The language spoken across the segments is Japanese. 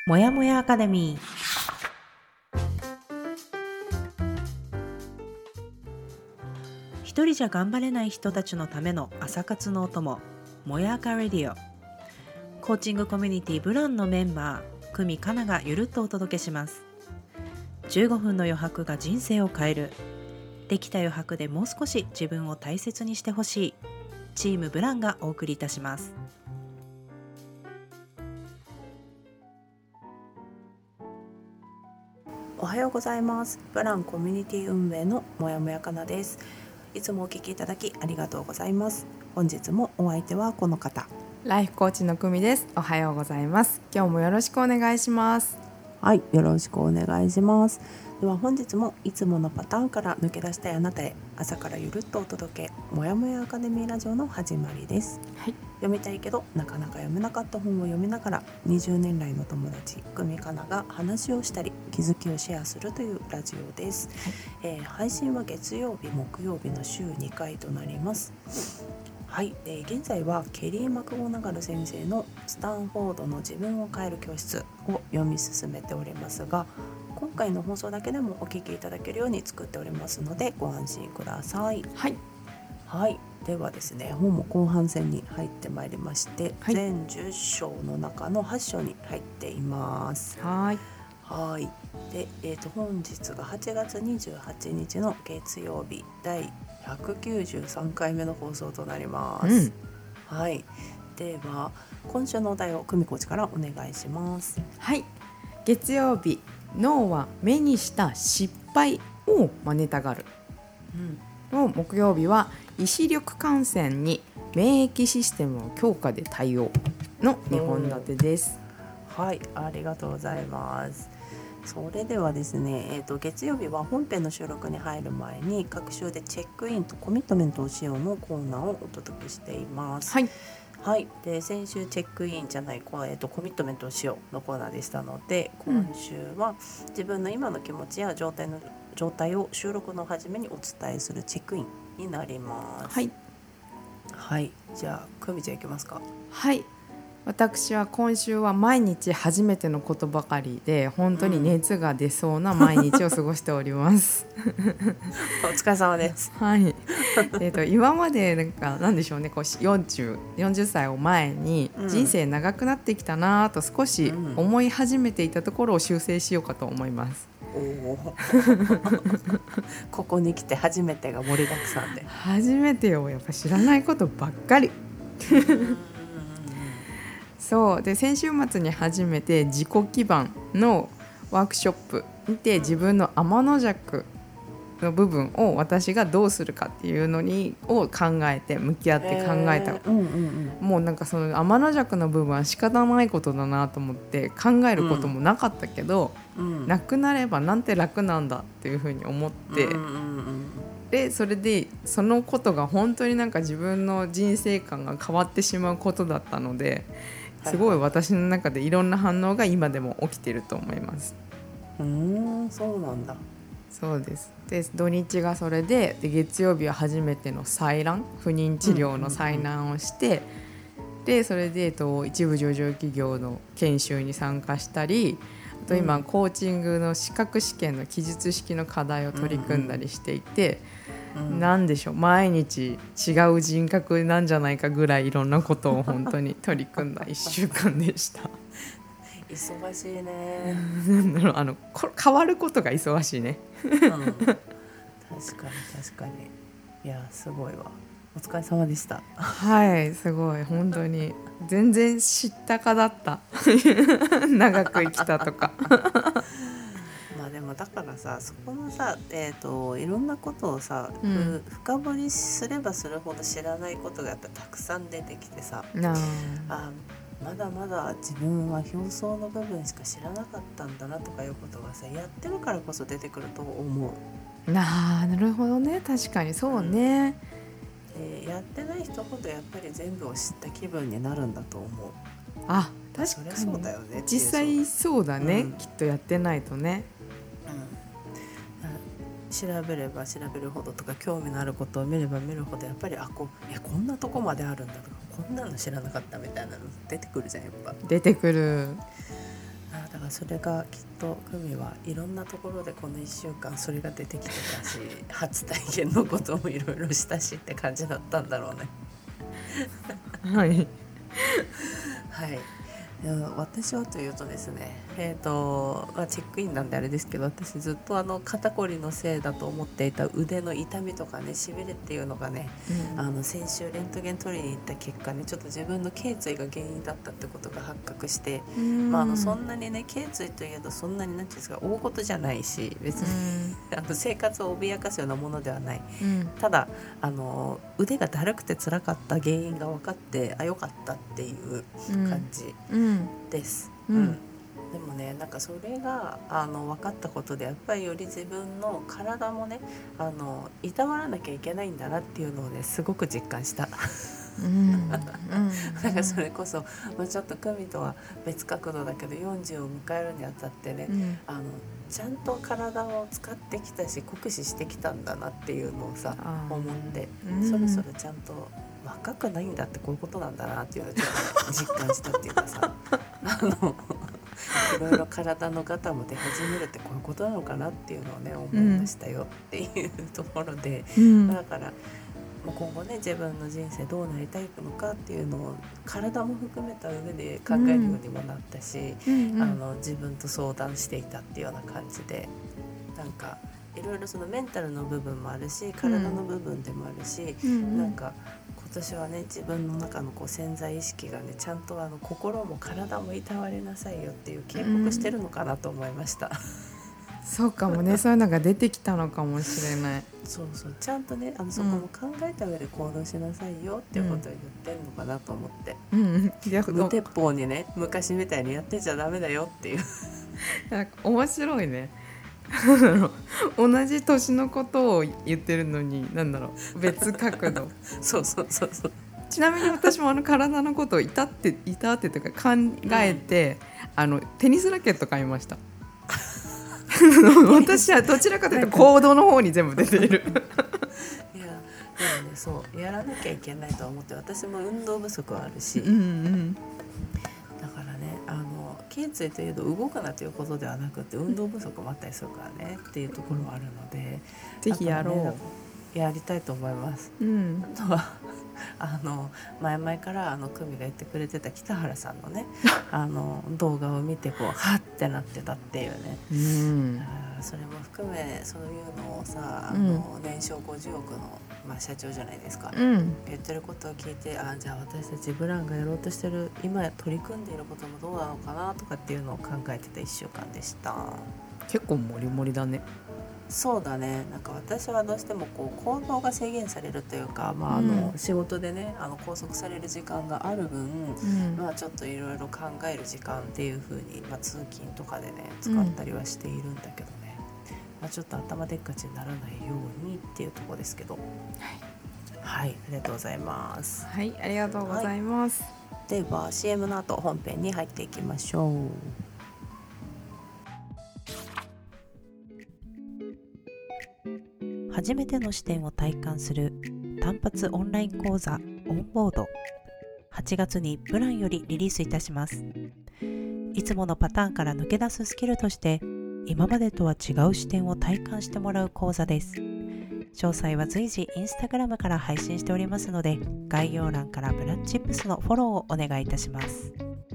もやもやアカデミー。一人じゃ頑張れない人たちのための朝活のお供、もやアカレディオ。コーチングコミュニティブランのメンバー久美かながゆるっとお届けします。15分の余白が人生を変える。できた余白でもう少し自分を大切にしてほしい。チームブランがお送りいたします。おはようございます。ブランコミュニティ運営のもやもやかなです。いつもお聞きいただきありがとうございます。本日もお相手はこの方、 ライフコーチの久美です。おはようございます。今日もよろしくお願いします。 はい、よろしくお願いします。では本日もいつものパターンから抜け出したいあなたへ、朝からゆるっとお届け、もやもやアカデミーラジオの始まりです。 はい、 読みたいけどなかなか読めなかった本を読みながら、20年来の友達久美かなが話をしたり気づきをシェアするというラジオです。配信は月曜日木曜日の週2回となります。はい、現在はケリー・マクゴナガル先生のスタンフォードの自分を変える教室を読み進めておりますが、今回の放送だけでもお聞きいただけるように作っておりますのでご安心ください。 はい、 はい、ではですね、本も後半戦に入ってまいりまして、 はい、 全10章の中の8章に入っています。 はい、 はい。で、本日が8月28日の月曜日、第193回目の放送となります。はい。では今週のお題を久美コーチからお願いします。 はい。月曜日、脳は目にした失敗を真似たがる。木曜日は意志力感染に免疫システムを強化で対応の2本立てです。 はい、ありがとうございます。それではですね、月曜日は本編の収録に入る前に各週でチェックインとコミットメントをしようのコーナーをお届けしています。 はい、 はい、で先週チェックインじゃない、コミットメントをしようのコーナーでしたので、今週は自分の今の気持ちや状態を収録の初めにお伝えするチェックインになります。 はい、 はい、じゃあ久美ちゃんいきますか。 はい。私は今週は毎日初めてのことばかりで本当に熱が出そうな毎日を過ごしております、 お疲れ様です。 はい。今までなんでしょうね、こう40歳を前に人生長くなってきたなと少し思い始めていたところを修正しようかと思います。 ここに来て初めてが盛りだくさんで。 初めてよ、やっぱ知らないことばっかりそうで、先週末に初めて自己基盤のワークショップにて自分の天の弱の部分を私がどうするかっていうのを考えて向き合って考えた、もうなんかその天の弱の部分は仕方ないことだなと思って考えることもなかったけど、なくなればなんて楽なんだっていうふうに思って、でそれでそのことが本当になんか自分の人生観が変わってしまうことだったので、すごい私の中でいろんな反応が今でも起きていると思います。 そうなんだ。 そうです。で土日がそれで、月曜日は初めての採卵、不妊治療の採卵をして、でそれで一部上場企業の研修に参加したり、あと今コーチングの資格試験の記述式の課題を取り組んだりしていて、なんでしょう、毎日違う人格なんじゃないかぐらいいろんなことを本当に取り組んだ1週間でした忙しいね。 なんだろう、変わることが忙しいね、 確かに。いや、すごいわ。お疲れ様でした。 はい、すごい本当に全然知ったかだった長く生きたとかまあでもだからさ、そこのさ、いろんなことをさ、深掘りすればするほど知らないことがやっぱたくさん出てきてさ、まだまだ自分は表層の部分しか知らなかったんだなとかいうことがさ、やってるからこそ出てくると思う。 なるほどね、確かにそうね、 やってない一言やっぱり全部を知った気分になるんだと思う。 あ、確かにそうだよね。 実際そうだね、きっとやってないとね、 調べれば調べるほどとか、興味のあることを見れば見るほどやっぱりこんなとこまであるんだとか、こんなの知らなかったみたいなの出てくるじゃん。やっぱ出てくる。 だからそれがきっと久美はいろんなところでこの1週間それが出てきてたし初体験のこともいろいろしたしって感じだったんだろうね。 はいはい。私はというとですね、チェックインなんであれですけど、私ずっと肩こりのせいだと思っていた腕の痛みとかね、しびれっていうのがね、先週レントゲン取りに行った結果ね、ちょっと自分の頸椎が原因だったってことが発覚して、そんなにね、頸椎といえどそんなになんていうんですか、大事じゃないし、別に生活を脅かすようなものではない。ただ腕がだるくて辛かった原因が分かって、良かったっていう感じです。でもね、なんかそれが分かったことでやっぱりより自分の体もねいたわらなきゃいけないんだなっていうのをねすごく実感した。なんかそれこそ、ちょっと久美とは別角度だけど40を迎えるにあたってね、ちゃんと体を使ってきたし酷使してきたんだなっていうのをさ思って、そろそろちゃんと若くないんだってこういうことなんだなっていうのをちょっと実感したっていうかさいろいろ体のガタも出始めるってこういうことなのかなっていうのをね思いましたよっていうところで、だから今後ね自分の人生どうなりたいのかっていうのを体も含めた上で考えるようにもなったし、自分と相談していたっていうような感じで、なんかいろいろそのメンタルの部分もあるし体の部分でもあるし、なんか今年はね自分の中の潜在意識がねちゃんと心も体もいたわれなさいよっていう警告してるのかなと思いました。 そうかもね、そういうのが出てきたのかもしれない。 そうちゃんとねそこも考えた上で行動しなさいよっていうことを言ってるのかなと思って、無鉄砲にね昔みたいにやってちゃダメだよっていうなんか面白いね同じ年のことを言ってるのに別角度そうちなみに私も体のことをいたってというか考えて、テニスラケット買いました私はどちらかというと行動の方に全部出ているいやでもねそうやらなきゃいけないと思って、私も運動不足はあるし、だからね頸椎というと動くなということではなくて運動不足もあったりするからねっていうところはあるので、 ぜひやろう、 ね、やりたいと思います。あとは前々から久美が言ってくれてた北原さんのね動画を見てはってなってたっていうね、それも含めそういうのをさ年商50億の、社長じゃないですか、言ってることを聞いて、じゃあ私たちブランがやろうとしてる今取り組んでいることもどうなのかなとかっていうのを考えてた1週間でした。 結構モリモリだね。 そうだね、なんか私はどうしても行動が制限されるというか、仕事でね拘束される時間がある分、ちょっといろいろ考える時間っていう風に、通勤とかでね使ったりはしているんだけどね、ちょっと頭でっかちにならないようにっていうところですけど、はい、ありがとうございます。 はい、ありがとうございます。 では CM の後本編に入っていきましょう。初めての視点を体感する単発オンライン講座オンボード、8月にプランよりリリースいたします。いつものパターンから抜け出すスキルとして今までとは違う視点を体感してもらう講座です。詳細は随時インスタグラムから配信しておりますので、概要欄からブラッチップスのフォローをお願いいたします。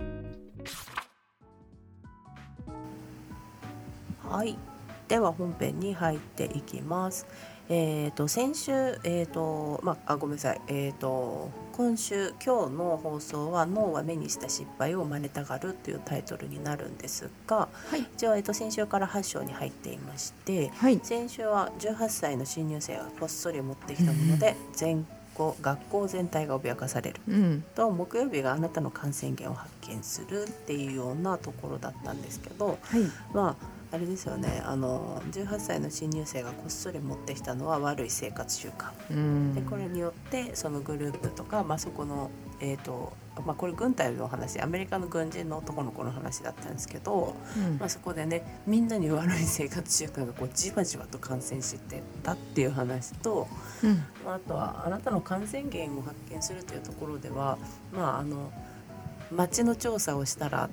はい、では本編に入っていきます。先週、ごめんなさい、今週今日の放送は脳は目にした失敗を真似たがるというタイトルになるんですが、一応、先週から8章に入っていまして、先週は18歳の新入生がこっそり持ってきたもので、学校全体が脅かされる、と木曜日があなたの感染源を発見するっていうようなところだったんですけど、あれですよね、18歳の新入生がこっそり持ってきたのは悪い生活習慣、でこれによってそのグループとか、そこの、これ軍隊の話、アメリカの軍人の男の子の話だったんですけど、そこでねみんなに悪い生活習慣がじわじわと感染してったっていう話と、あとはあなたの感染源を発見するというところでは、町の調査をしたら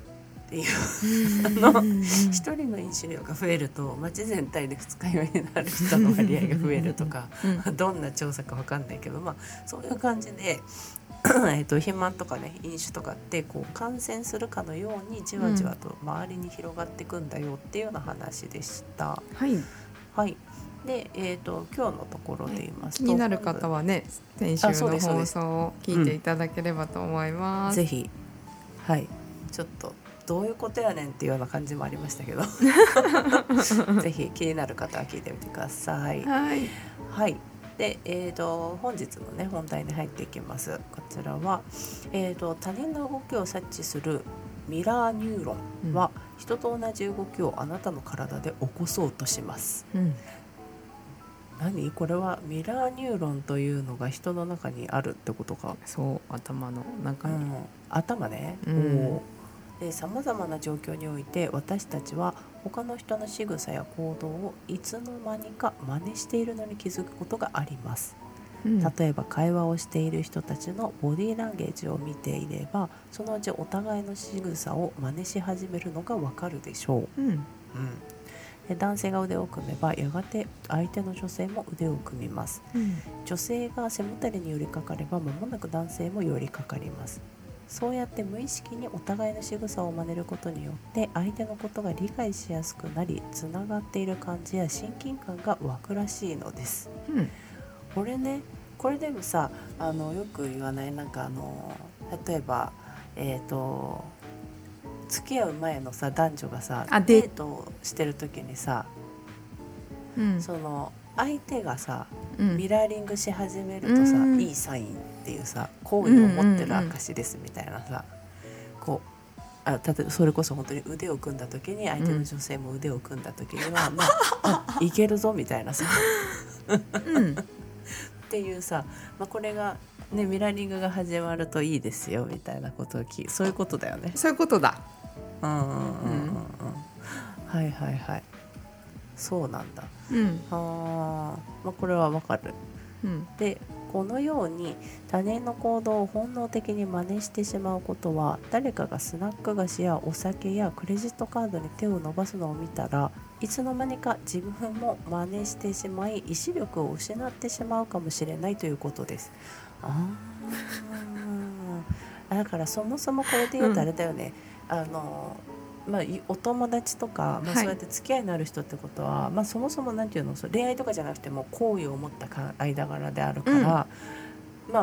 っていう一人の飲酒量が増えると街全体で二日酔いになる人の割合が増えるとかどんな調査か分かんないけど、そういう感じで肥満とかね飲酒とかってこう感染するかのようにじわじわと周りに広がっていくんだよっていうような話でした。 はい、 はい。で、今日のところで言いますと、 気になる方はね先週の放送を聞いていただければと思います。 ぜひ、はい、ちょっとどういうことやねんっていうような感じもありましたけどぜひ気になる方は聞いてみてください。 はい、 はい。で、本日のね本題に入っていきます。こちらは、他人の動きを察知するミラーニューロンは、人と同じ動きをあなたの体で起こそうとします。何これはミラーニューロンというのが人の中にあるってことか。 そう頭の中に、 頭ね。さまざまな状況において私たちは他の人の仕草や行動をいつの間にか真似しているのに気づくことがあります。例えば会話をしている人たちのボディーランゲージを見ていればそのうちお互いの仕草を真似し始めるのがわかるでしょう。で男性が腕を組めばやがて相手の女性も腕を組みます。女性が背もたれに寄りかかれば間もなく男性も寄りかかります。そうやって無意識にお互いの仕草を真似ることによって相手のことが理解しやすくなりつながっている感じや親近感が湧くらしいのです。これね、これでもさよく言わないなんか例えば付き合う前のさ男女がさデートをしてる時にさ、その相手がさ、ミラーリングし始めるとさ、いいサインっていうさ好意を持ってる証ですみたいなさ、こう例えばそれこそ本当に腕を組んだ時に相手の女性も腕を組んだ時には、いけるぞみたいなさっていうさ、これがねミラーリングが始まるといいですよみたいなことをそういうことだよね。 そういうことだ。 はいはいはい、そうなんだ。これはわかる。でこのように他人の行動を本能的に真似してしまうことは誰かがスナック菓子やお酒やクレジットカードに手を伸ばすのを見たらいつの間にか自分も真似してしまい意志力を失ってしまうかもしれないということです。だからそもそもこれで言うとあれだよね、お友達とか、そうやって付き合いのある人ってことは、そもそもなんていうの恋愛とかじゃなくても好意を持った間柄であるから、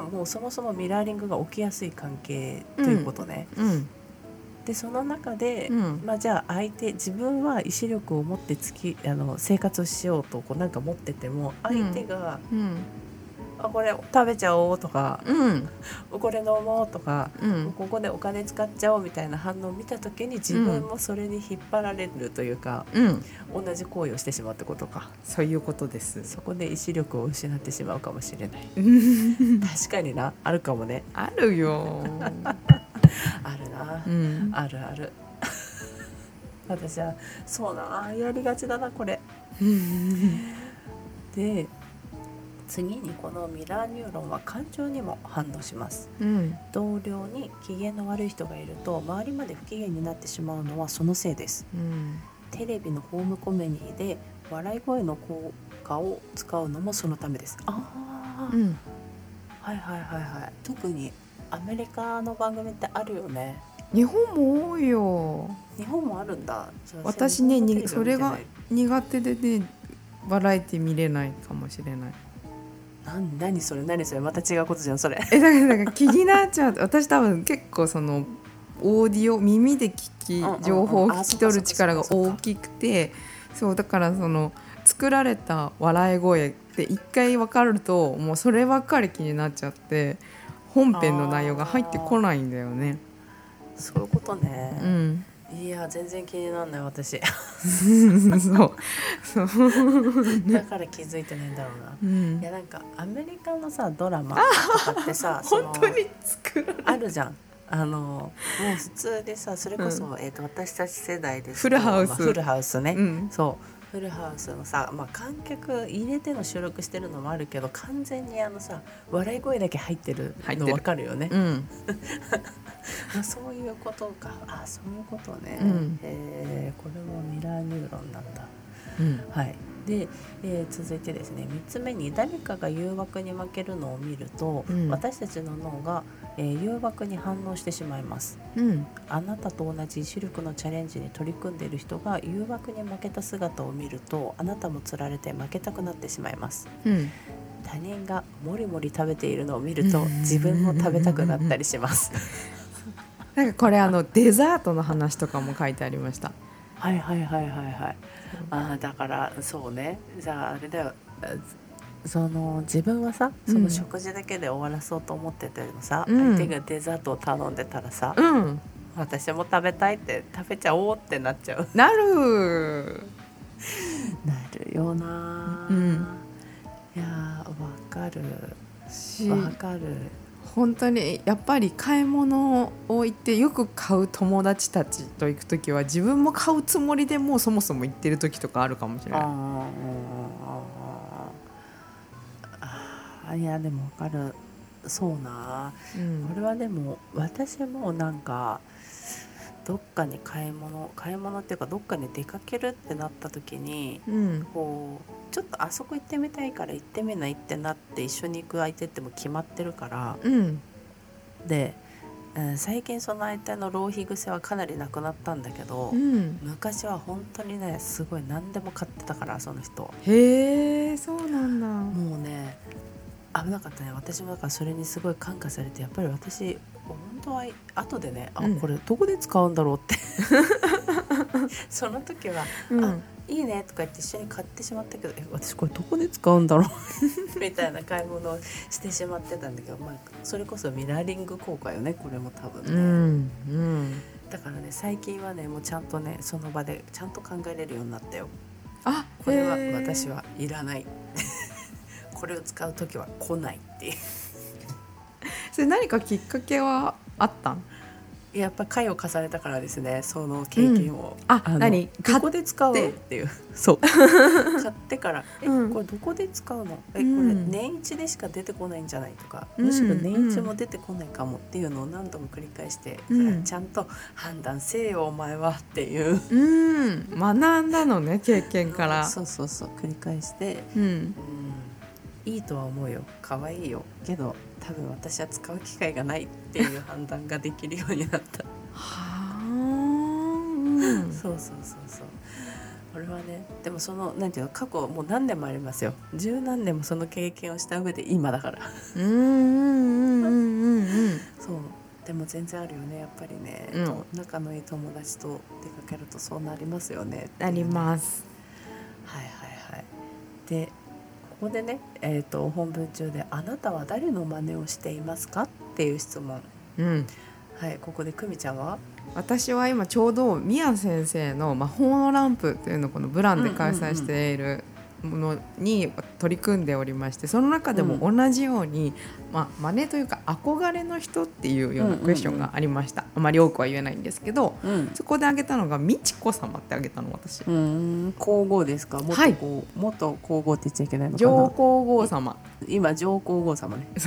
もうそもそもミラーリングが起きやすい関係ということね。でその中で、じゃあ自分は意志力を持って生活をしようとなんか持ってても相手が、これ食べちゃおうとか、これ飲もうとか、ここでお金使っちゃおうみたいな反応を見た時に自分もそれに引っ張られるというか、同じ行為をしてしまうってことか。 そういうことです。 そこで意志力を失ってしまうかもしれない。確かにな、あるかもね。 あるよあるな、あるある私はそうなやりがちだなこれで次にこのミラーニューロンは感情にも反応します。同僚に機嫌の悪い人がいると周りまで不機嫌になってしまうのはそのせいです。テレビのホームコメディで笑い声の効果を使うのもそのためです。はいはいはいはい。特にアメリカの番組ってあるよね。 日本も多いよ。 日本もあるんだ。 私ねそれが苦手でねバラエティ見れないかもしれない。 何それまた違うことじゃんそれ。 だから気になっちゃう。私多分結構そのオーディオ耳で情報を聞き取る力が大きくて、そうだからその作られた笑い声って一回分かるともうそればっかり気になっちゃって本編の内容が入ってこないんだよね。 そういうことね。いや全然気にならない私そうだから気づいてないんだろうな。いやなんかアメリカのさドラマとかってさ本当に作られあるじゃん。もう普通でさそれこそ、私たち世代ですフルハウス、 フルハウスね、そうフルハウスのさ、観客入れての収録してるのもあるけど完全にさ笑い声だけ入ってるの分かるよね。 そういうことか。そういうことね。 うんこれもミラーニューロンなんだ。 うんはい。で、続いてですね、3つ目に誰かが誘惑に負けるのを見ると、 うん私たちの脳が、誘惑に反応してしまいます。 うんあなたと同じ視力のチャレンジに取り組んでいる人が誘惑に負けた姿を見ると、あなたもつられて負けたくなってしまいます。 うん他人がもりもり食べているのを見ると、自分も食べたくなったりします。 なんかこれデザートの話とかも書いてありました。 はいはいはいはいはい。だからそうね。じゃああれだよ。自分はさ、その食事だけで終わらそうと思っててもさ、相手がデザートを頼んでたらさ、私も食べたいって食べちゃおうってなっちゃう。 なるよな、いやわかるわかる。 本当にやっぱり買い物を行ってよく買う友達たちと行くときは、自分も買うつもりでもうそもそも行ってる時とかあるかもしれない。 いやでもわかる。そうな、これはでも私もなんかどっかに買い物っていうか、どっかに出かけるってなった時に、こうちょっとあそこ行ってみたいから行ってみないってなって一緒に行く相手っても決まってるから、で、最近その相手の浪費癖はかなりなくなったんだけど、昔は本当にねすごい何でも買ってたから、その人。 へえ、そうなんだ。 もうね危なかったね。私もだからそれにすごい感化されて、やっぱり私本当は後でね、これどこで使うんだろうってその時は、いいねとか言って一緒に買ってしまったけど、私これどこで使うんだろうみたいな買い物をしてしまってたんだけど、それこそミラーリング効果よね、これも多分ね。だからね最近はねもうちゃんとねその場でちゃんと考えれるようになったよ。これは私はいらないこれを使う時は来ないっていうそれ何かきっかけはあったん？ やっぱり回を重ねたからですね、その経験を。どこで使うのっていう。そう買ってからこれどこで使うの、これ年一でしか出てこないんじゃないとか、むしろ年一も出てこないかもっていうのを何度も繰り返して、ちゃんと判断せえよお前はっていう学んだのね、経験から。 そう繰り返して、いいとは思うよ、可愛いよけど多分私は使う機会がないっていう判断ができるようになったそうこれはね。でもそのなんていうの、過去もう何年もありますよ。十何年もその経験をした上で今だからそうでも全然あるよね、やっぱりね、仲のいい友達と出かけるとそうなりますよね。 なります。 でここでね、本文中であなたは誰の真似をしていますかっていう質問、ここで久美ちゃんは？ 私は今ちょうど宮先生の魔法のランプっていうのをこのブランで開催しているものに取り組んでおりまして、その中でも同じように、真似というか憧れの人っていうようなクエスチョンがありました。あまり多くは言えないんですけど、そこで挙げたのが美智子様って挙げたの、私。 皇后ですか？元皇后って言っちゃいけないのかな。 上皇后様。 今上皇后様ね。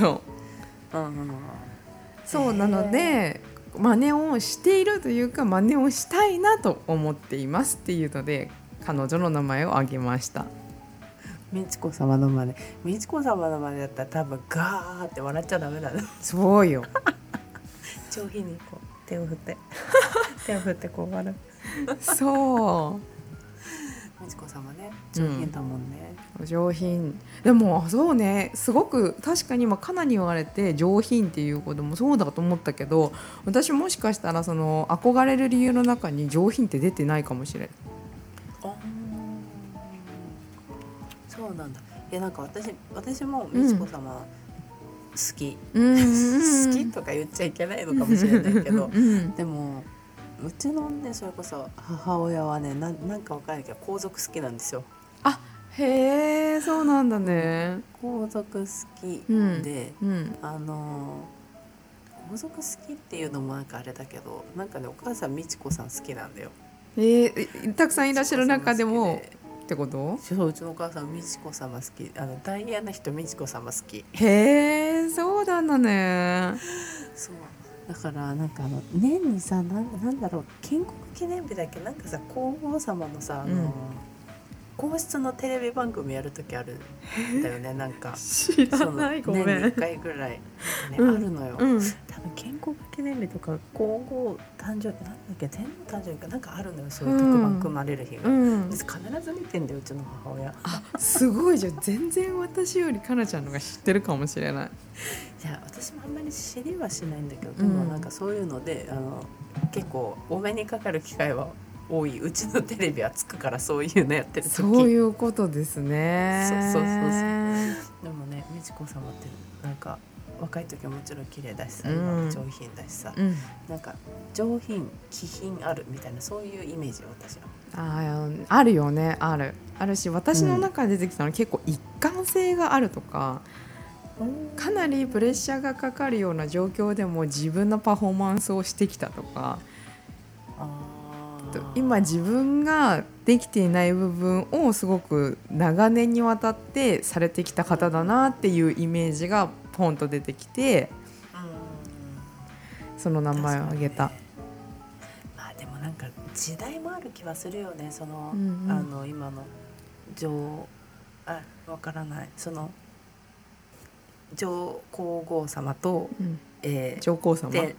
そうなので真似をしているというか、真似をしたいなと思っていますっていうので彼女の名前を挙げました。 美智子様の真似。美智子様の真似だったら多分ガーって笑っちゃダメだね。 そうよ上品にこう手を振ってこう笑う美智子様ね、上品だもんね、 上品。でもそうね、すごく確かにカナに言われて上品っていうこともそうだと思ったけど、私もしかしたらその憧れる理由の中に上品って出てないかもしれない。 そうなんだ。いやなんか私も美智子様好き、好きとか言っちゃいけないのかもしれないけどでもうちのねそれこそ母親はねなんかわかんないけど皇族好きなんですよ。 へえ、そうなんだね。 皇族好きで、皇族好きっていうのもなんかあれだけど、なんかねお母さん美智子さん好きなんだよ。 たくさんいらっしゃる中でもってこと？ そう、うちのお母さん美智子様好き。ダイアナ妃と美智子様好き。 へえ、そうなんだね。 そうだからなんか年にさ、なんだろう、建国記念日だっけ、なんかさ、皇后様のさ、皇室のテレビ番組やるときあるんだよね。なんか知らない、ごめん。 年に1回ぐらいなんかね、あるのよ。多分建国記念日とか皇后誕生日、なんだっけ、天皇誕生日かなんかあるのよ、そういう特番組まれる日が。必ず見てんだよ、うちの母親。 すごいじゃん。全然私よりかなちゃんのが知ってるかもしれない。 いや、私もあんまり知りはしないんだけど、でもなんかそういうので結構お目にかかる機会は多い。うちのテレビはつくから、そういうのやってる時。 そういうことですね。 そうでもね、美智子様ってなんか若い時はもちろん綺麗だしさ、今も上品だしさ、なんか上品気品あるみたいな、そういうイメージ、私は。 あるよね。あるし、私の中で出てきたのは結構一貫性があるとか、かなりプレッシャーがかかるような状況でも自分のパフォーマンスをしてきたとか、今自分ができていない部分をすごく長年にわたってされてきた方だなっていうイメージがポンと出てきて、その名前を挙げた。 まあでもなんか時代もある気はするよね。その、今のわからない、その上皇后様と、 上皇様言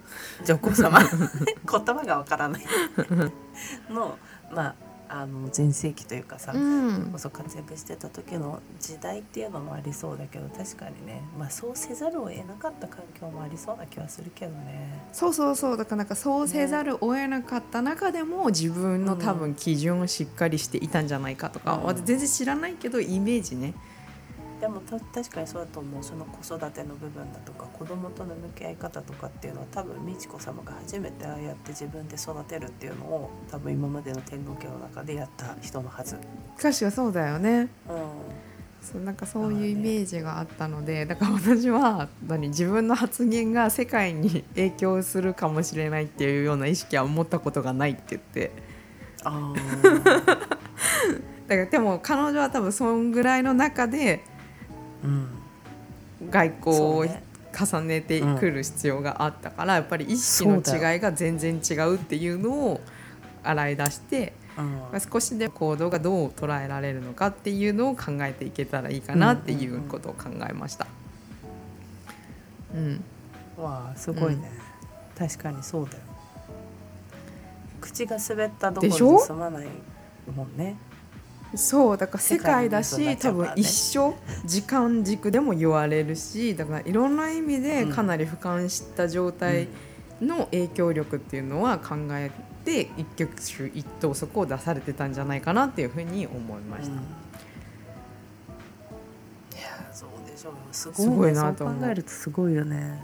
葉がわからないの、全盛期というかさ、こそ活躍してた時の時代っていうのもありそうだけど、確かにね、そうせざるを得なかった環境もありそうな気はするけどね。 そうだからなんかそうせざるを得なかった中でも、自分の多分基準をしっかりしていたんじゃないかとか、全然知らないけどイメージね。 でも確かにそうだと思う。その子育ての部分だとか子供との向き合い方とかっていうのは、多分美智子様が初めてああやって自分で育てるっていうのを、多分今までの天皇家の中でやった人のはず。 確かそうだよね。なんかそういうイメージがあったので、だから私は自分の発言が世界に影響するかもしれないっていうような意識は持ったことがないって言って、だからでも彼女は多分そんぐらいの中で外交を重ねてくる必要があったから、やっぱり意識の違いが全然違うっていうのを洗い出して、少しで行動がどう捉えられるのかっていうのを考えていけたらいいかなっていうことを考えました。 わあ、すごいね。確かにそうだよ。口が滑ったどころで済まないもんね。 そうだから世界だし、多分一生時間軸でも言われるし、だからいろんな意味でかなり俯瞰した状態の影響力っていうのは考えて、一挙手一投足を出されてたんじゃないかなっていうふうに思いました。いや、そうでしょう。すごいなと思う。そう考えるとすごいよね。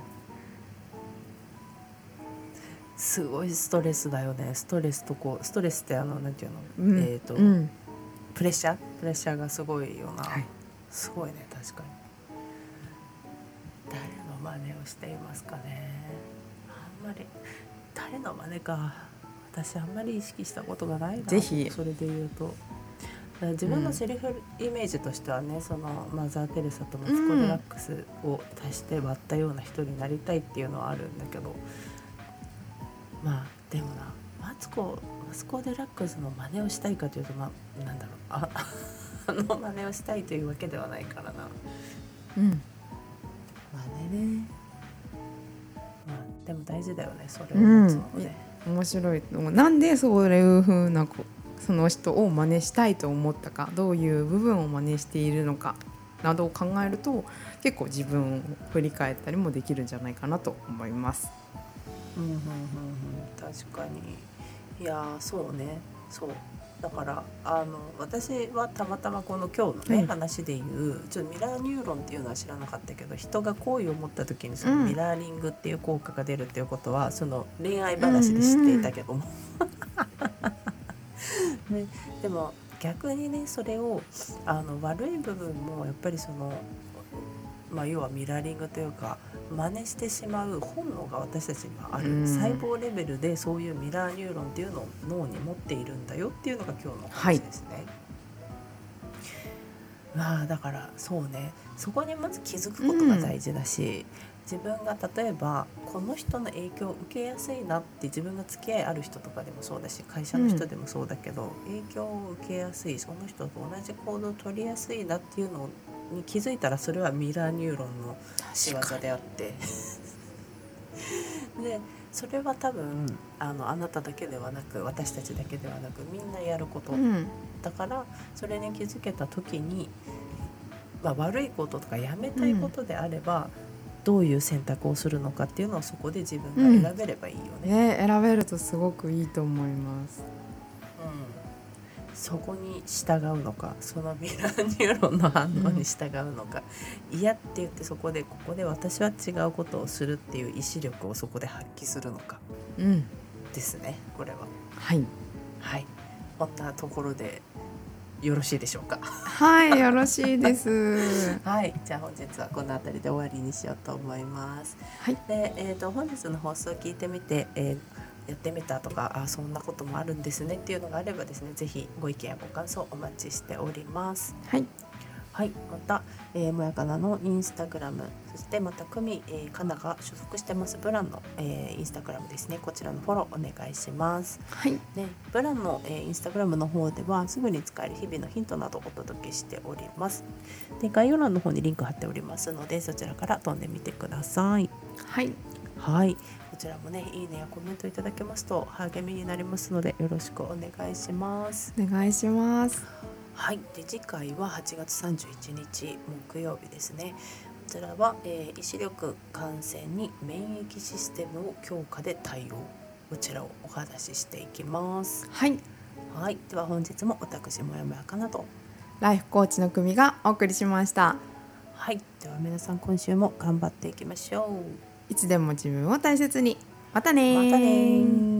すごいストレスだよね。ストレスってなんていうの、プレッシャーがすごいよな。すごいね、確かに。誰の真似をしていますかね。あんまり誰の真似か、私あんまり意識したことがないな。 ぜひそれで言うと、自分のセリフイメージとしてはね、そのマザー・テレサとマツコ・デラックスを足して割ったような人になりたいっていうのはあるんだけど、でもな、マツコ・デラックスの真似をしたいかというと、なんだろう、あの真似をしたいというわけではないからな。真似ね。でも大事だよね、それを持つのもね。 面白い。なんでそういう風なその人を真似したいと思ったか、どういう部分を真似しているのかなどを考えると、結構自分を振り返ったりもできるんじゃないかなと思います。 確かに。いや、そうね。そうだから私はたまたまこの今日のね、話でいうちょっとミラーニューロンっていうのは知らなかったけど、人が好意を持った時にそのミラーリングっていう効果が出るっていうことは、その恋愛話で知っていたけども、ね、でも逆にね、それを悪い部分もやっぱりその、要はミラーリングというか真似してしまう本能が私たちにはある。細胞レベルでそういうミラーニューロンっていうのを脳に持っているんだよっていうのが今日の話ですね。だからそうね、そこにまず気づくことが大事だし、 自分が例えばこの人の影響を受けやすいなって自分が付き合いある人とかでもそうだし会社の人でもそうだけど、影響を受けやすいその人と同じ行動を取りやすいなっていうのに気づいたらそれはミラーニューロンの仕業であってでそれは多分あなただけではなく私たちだけではなくみんなやること、だからそれに気づけた時に、悪いこととかやめたいことであれば、どういう選択をするのかっていうのをそこで自分が選べればいいよね。 選べるとすごくいいと思います。 そこに従うのかそのミラーニューロンの反応に従うのか、嫌って言ってここで私は違うことをするっていう意志力をそこで発揮するのか、ですねこれは。はい、こんなところでよろしいでしょうか。 よろしいですじゃあ本日はこの辺りで終わりにしようと思います。で、本日の放送を聞いてみて、やってみたとかそんなこともあるんですねっていうのがあればですね、ぜひご意見やご感想お待ちしております。また、もやかなのインスタグラム、そしてまた久美かなが所属してますブランの、インスタグラムですね、こちらのフォローお願いします。ブランの、インスタグラムの方ではすぐに使える日々のヒントなどお届けしております。で概要欄の方にリンク貼っておりますのでそちらから飛んでみてください。こちらもねいいねやコメントいただけますと励みになりますのでよろしくお願いします。 お願いします。 で次回は8月31日木曜日ですね。こちらは、医師力感染に免疫システムを強化で対応、こちらをお話ししていきます。では本日も私もやもやかなとライフコーチの久美がお送りしました。 では皆さん今週も頑張っていきましょう。 いつでも自分を大切に。またね。